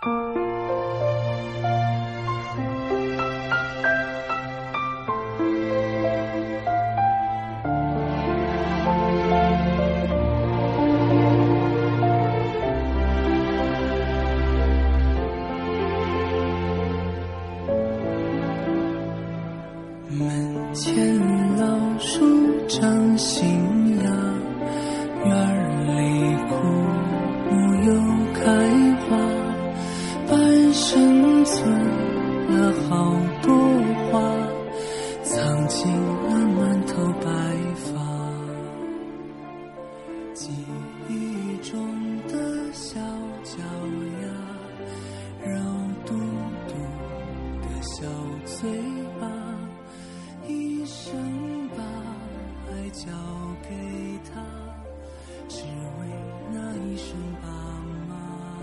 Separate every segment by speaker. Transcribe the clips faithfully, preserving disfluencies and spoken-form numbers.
Speaker 1: 门前老树长新芽，院里枯木又开花，半生存了好多话，藏进了满头白发。记忆中的小脚丫，肉嘟嘟的小嘴巴，一生把爱交给他，只为那一声爸妈。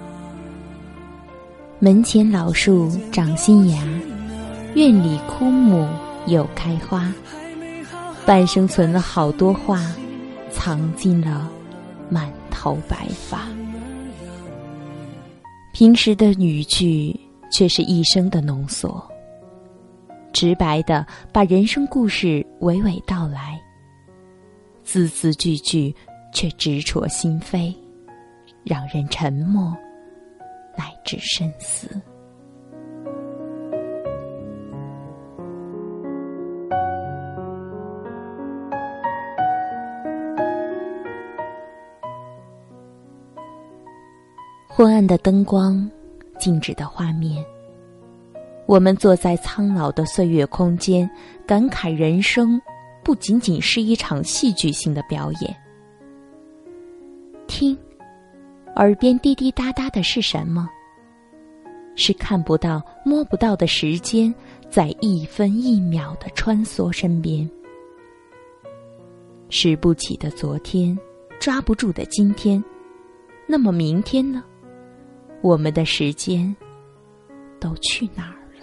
Speaker 2: 门前老树长新芽，院里枯木又开花，半生存了好多话，藏进了满头白发。平时的语句却是一生的浓缩，直白地把人生故事娓娓道来，字字句句却直戳心扉，让人沉默乃至深思。昏暗的灯光，静止的画面，我们坐在苍老的岁月空间，感慨人生不仅仅是一场戏剧性的表演。听，耳边滴滴答答的是什么？是看不到摸不到的时间在一分一秒地穿梭身边，拾不起的昨天，抓不住的今天，那么明天呢？我们的时间都去哪儿了？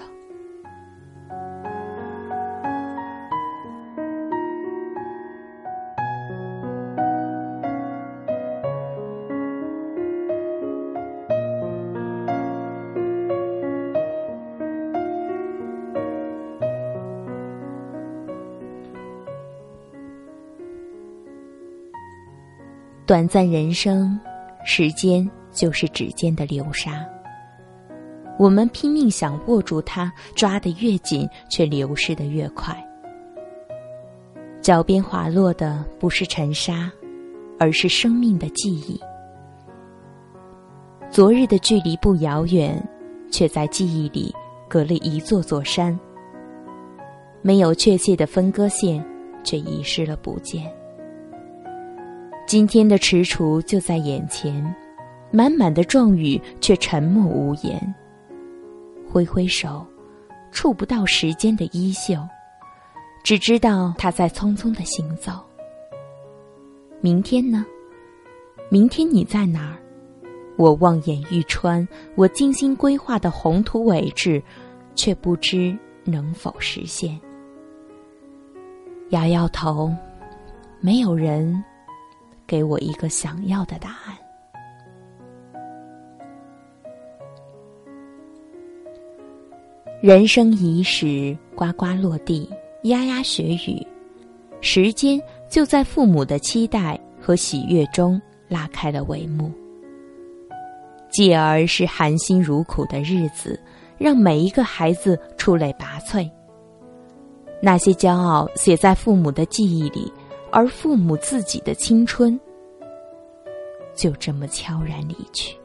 Speaker 2: 短暂人生，时间就是指尖的流沙，我们拼命想握住它，抓得越紧，却流失得越快。脚边滑落的不是尘沙，而是生命的记忆。昨日的距离不遥远，却在记忆里隔了一座座山。没有确切的分割线，却遗失了不见。今天的踟蹰就在眼前，满满的状语却沉默无言。挥挥手，触不到时间的衣袖，只知道它在匆匆地行走。明天呢？明天你在哪儿？我望眼欲穿，我精心规划的宏图伟志，却不知能否实现。摇摇头，没有人给我一个想要的答案。人生已始，呱呱落地，呀呀雪雨，时间就在父母的期待和喜悦中拉开了帷幕。继而是含辛茹苦的日子，让每一个孩子出类拔萃。那些骄傲写在父母的记忆里，而父母自己的青春就这么悄然离去。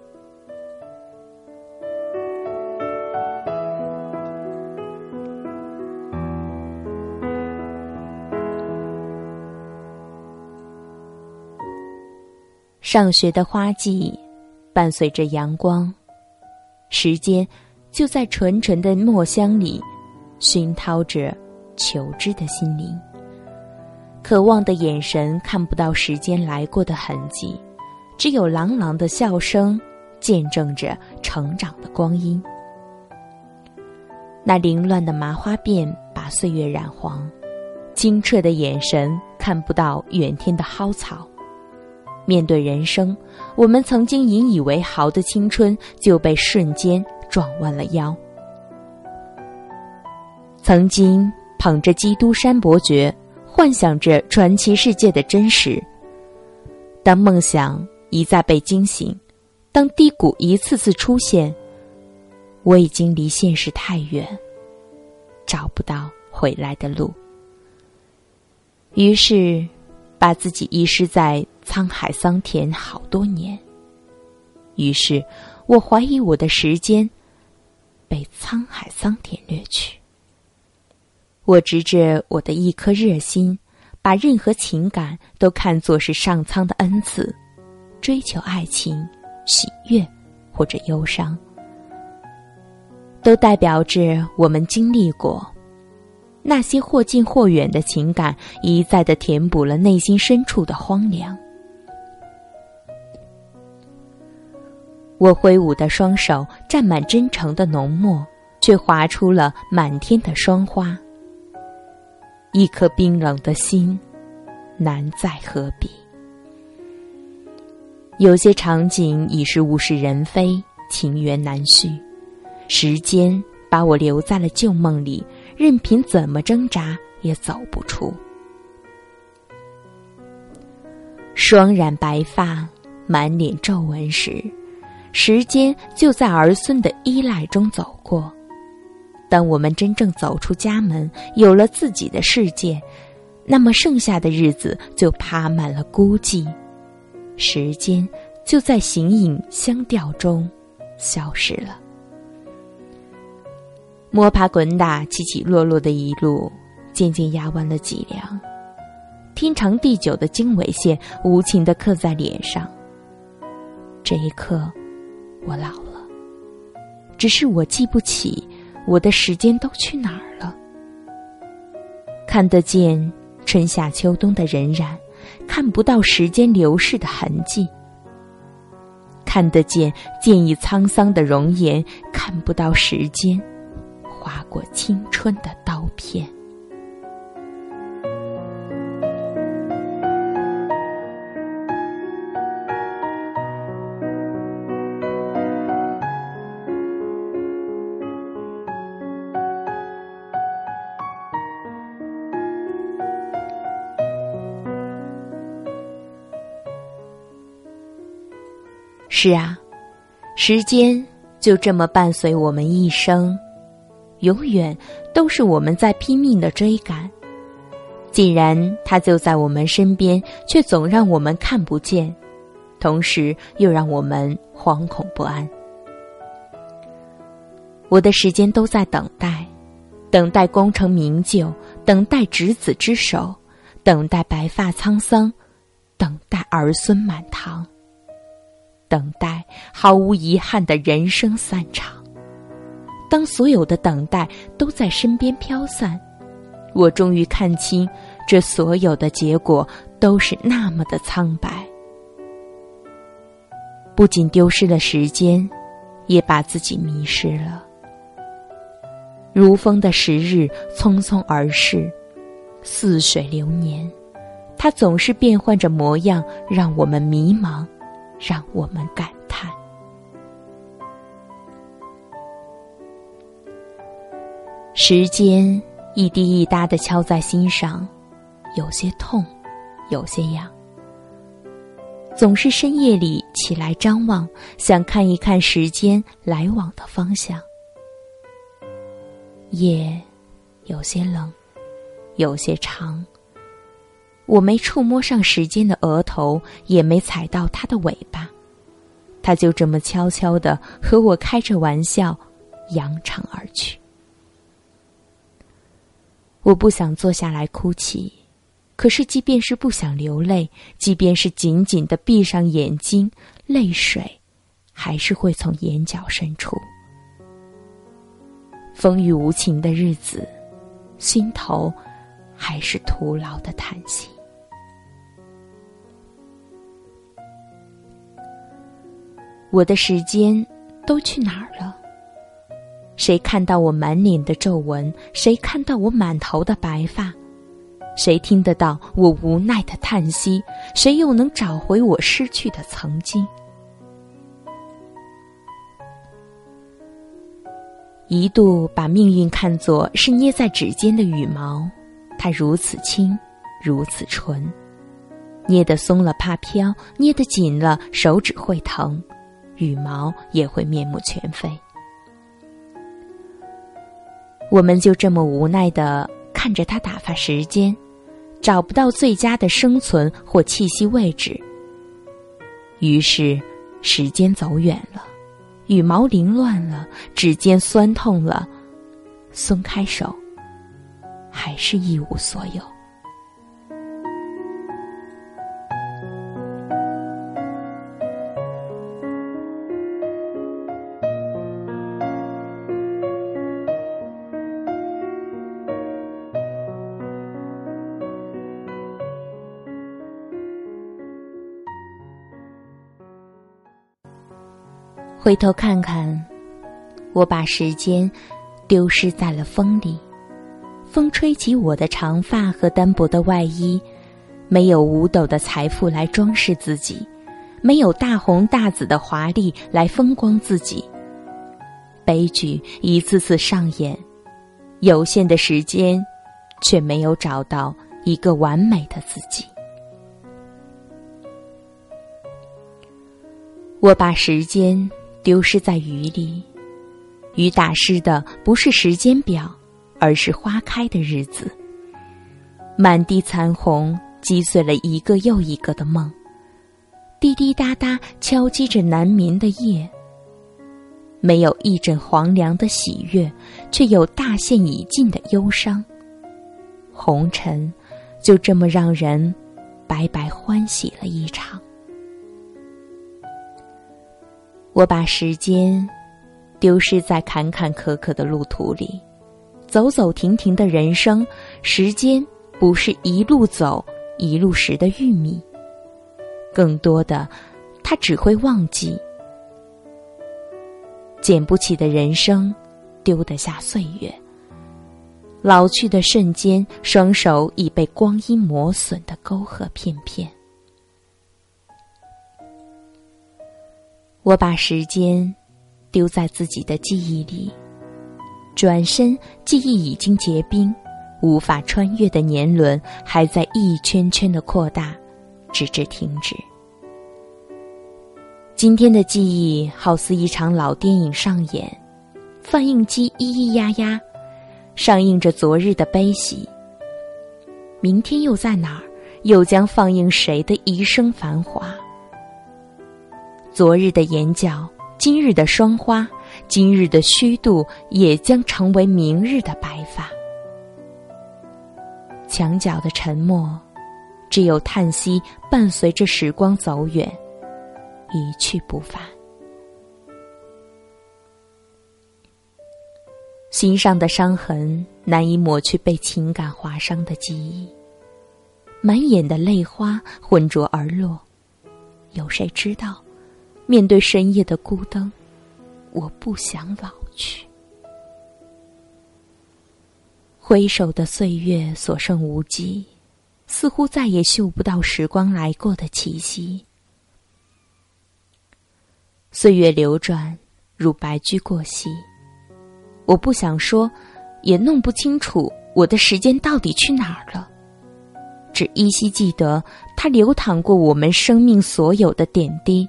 Speaker 2: 上学的花季伴随着阳光，时间就在纯纯的墨香里熏陶着求知的心灵。渴望的眼神看不到时间来过的痕迹，只有朗朗的笑声见证着成长的光阴。那凌乱的麻花辫把岁月染黄，清澈的眼神看不到远天的蒿草。 面对人生，我们曾经引以为豪的青春就被瞬间撞弯了腰。曾经捧着基督山伯爵，幻想着传奇世界的真实，当梦想一再被惊醒，当低谷一次次出现，我已经离现实太远，找不到回来的路。于是把自己遗失在沧海桑田好多年，于是我怀疑我的时间被沧海桑田掠去。我执着我的一颗热心，把任何情感都看作是上苍的恩赐，追求爱情、喜悦或者忧伤，都代表着我们经历过那些或近或远的情感，一再地填补了内心深处的荒凉。我挥舞的双手沾满真诚的浓墨，却划出了满天的霜花。一颗冰冷的心，难再何必？有些场景已是物是人非，情缘难续。时间把我留在了旧梦里，任凭怎么挣扎也走不出。双染白发，满脸皱纹时，时间就在儿孙的依赖中走过。当我们真正走出家门，有了自己的世界，那么剩下的日子就爬满了孤寂，时间就在形影相吊中消失了。摸爬滚打，起起落落的一路，渐渐压弯了脊梁，天长地久的经纬线无情地刻在脸上。这一刻，我老了，只是我记不起我的时间都去哪儿了。看得见春夏秋冬的荏苒，看不到时间流逝的痕迹。看得见渐已沧桑的容颜，看不到时间划过青春的刀片。是啊，时间就这么伴随我们一生，永远都是我们在拼命地追赶。既然它就在我们身边，却总让我们看不见，同时又让我们惶恐不安。我的时间都在等待，等待功成名就，等待执子之手，等待白发苍桑，等待儿孙满堂，等待毫无遗憾的人生散场。当所有的等待都在身边飘散，我终于看清，这所有的结果都是那么的苍白。不仅丢失了时间，也把自己迷失了。如风的时日匆匆而逝，似水流年，它总是变换着模样，让我们迷茫，让我们感叹。时间一滴一答地敲在心上，有些痛，有些痒。总是深夜里起来张望，想看一看时间来往的方向。夜有些冷，有些长。我没触摸上时间的额头，也没踩到它的尾巴，它就这么悄悄地和我开着玩笑，扬长而去。我不想坐下来哭泣，可是即便是不想流泪，即便是紧紧地闭上眼睛，泪水还是会从眼角渗出。风雨无情的日子，心头还是徒劳的叹息。我的时间都去哪儿了？谁看到我满脸的皱纹？谁看到我满头的白发？ 谁听得到我无奈的叹息？谁又能找回我失去的曾经？一度把命运看作是捏在指尖的羽毛，它如此轻，如此纯，捏得松了怕飘，捏得紧了手指会疼，羽毛也会面目全非。我们就这么无奈地看着它打发时间，找不到最佳的生存或栖息位置。于是时间走远了，羽毛凌乱了，指尖酸痛了，松开手，还是一无所有。回头看看，我把时间丢失在了风里，风吹起我的长发和单薄的外衣，没有五斗的财富来装饰自己，没有大红大紫的华丽来风光自己。悲剧一次次上演，有限的时间却没有找到一个完美的自己。我把时间丢失在雨里，雨打湿的不是时间表，而是花开的日子。满地残红击碎了一个又一个的梦，滴滴答答敲击着难眠的夜。没有一枕黄粱的喜悦，却有大限已尽的忧伤。红尘就这么让人白白欢喜了一场。我把时间丢失在坎坎坷坷的路途里，走走停停的人生，时间不是一路走一路拾的玉米，更多的它只会忘记。捡不起的人生，丢得下岁月，老去的瞬间，双手已被光阴磨损的沟壑片片。我把时间丢在自己的记忆里，转身记忆已经结冰，无法穿越的年轮还在一圈圈的扩大，直至停止。今天的记忆好似一场老电影上演，放映机咿咿呀呀，上映着昨日的悲喜。明天又在哪儿，又将放映谁的一生繁华？昨日的眼角，今日的霜花，今日的虚度，也将成为明日的白发。墙角的沉默，只有叹息伴随着时光走远，一去不返。心上的伤痕难以抹去被情感划伤的记忆，满眼的泪花浑浊而落。有谁知道，面对深夜的孤灯，我不想老去。回首的岁月所剩无几，似乎再也嗅不到时光来过的气息。岁月流转，如白驹过隙。我不想说，也弄不清楚我的时间到底去哪儿了，只依稀记得它流淌过我们生命所有的点滴。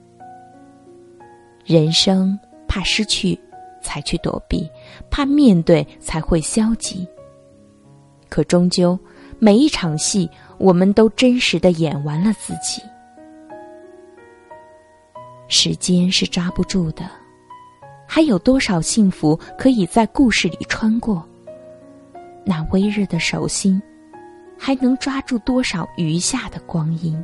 Speaker 2: 人生怕失去才去躲避，怕面对才会消极。可终究每一场戏，我们都真实地演完了自己。时间是抓不住的，还有多少幸福可以在故事里穿过？那微热的手心，还能抓住多少余下的光阴？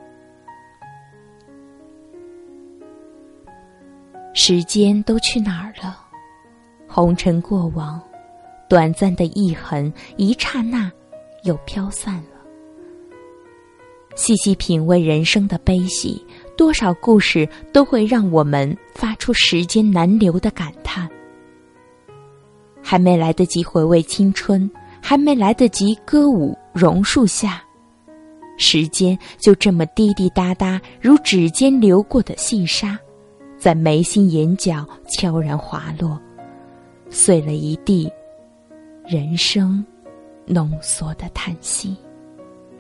Speaker 2: 时间都去哪儿了？红尘过往，短暂的一痕，一刹那又飘散了。细细品味人生的悲喜，多少故事都会让我们发出时间难留的感叹。还没来得及回味青春， 还没来得及歌舞榕树下，时间就这么滴滴答答，如指尖流过的细沙，在眉心眼角悄然滑落，碎了一地人生浓缩的叹息。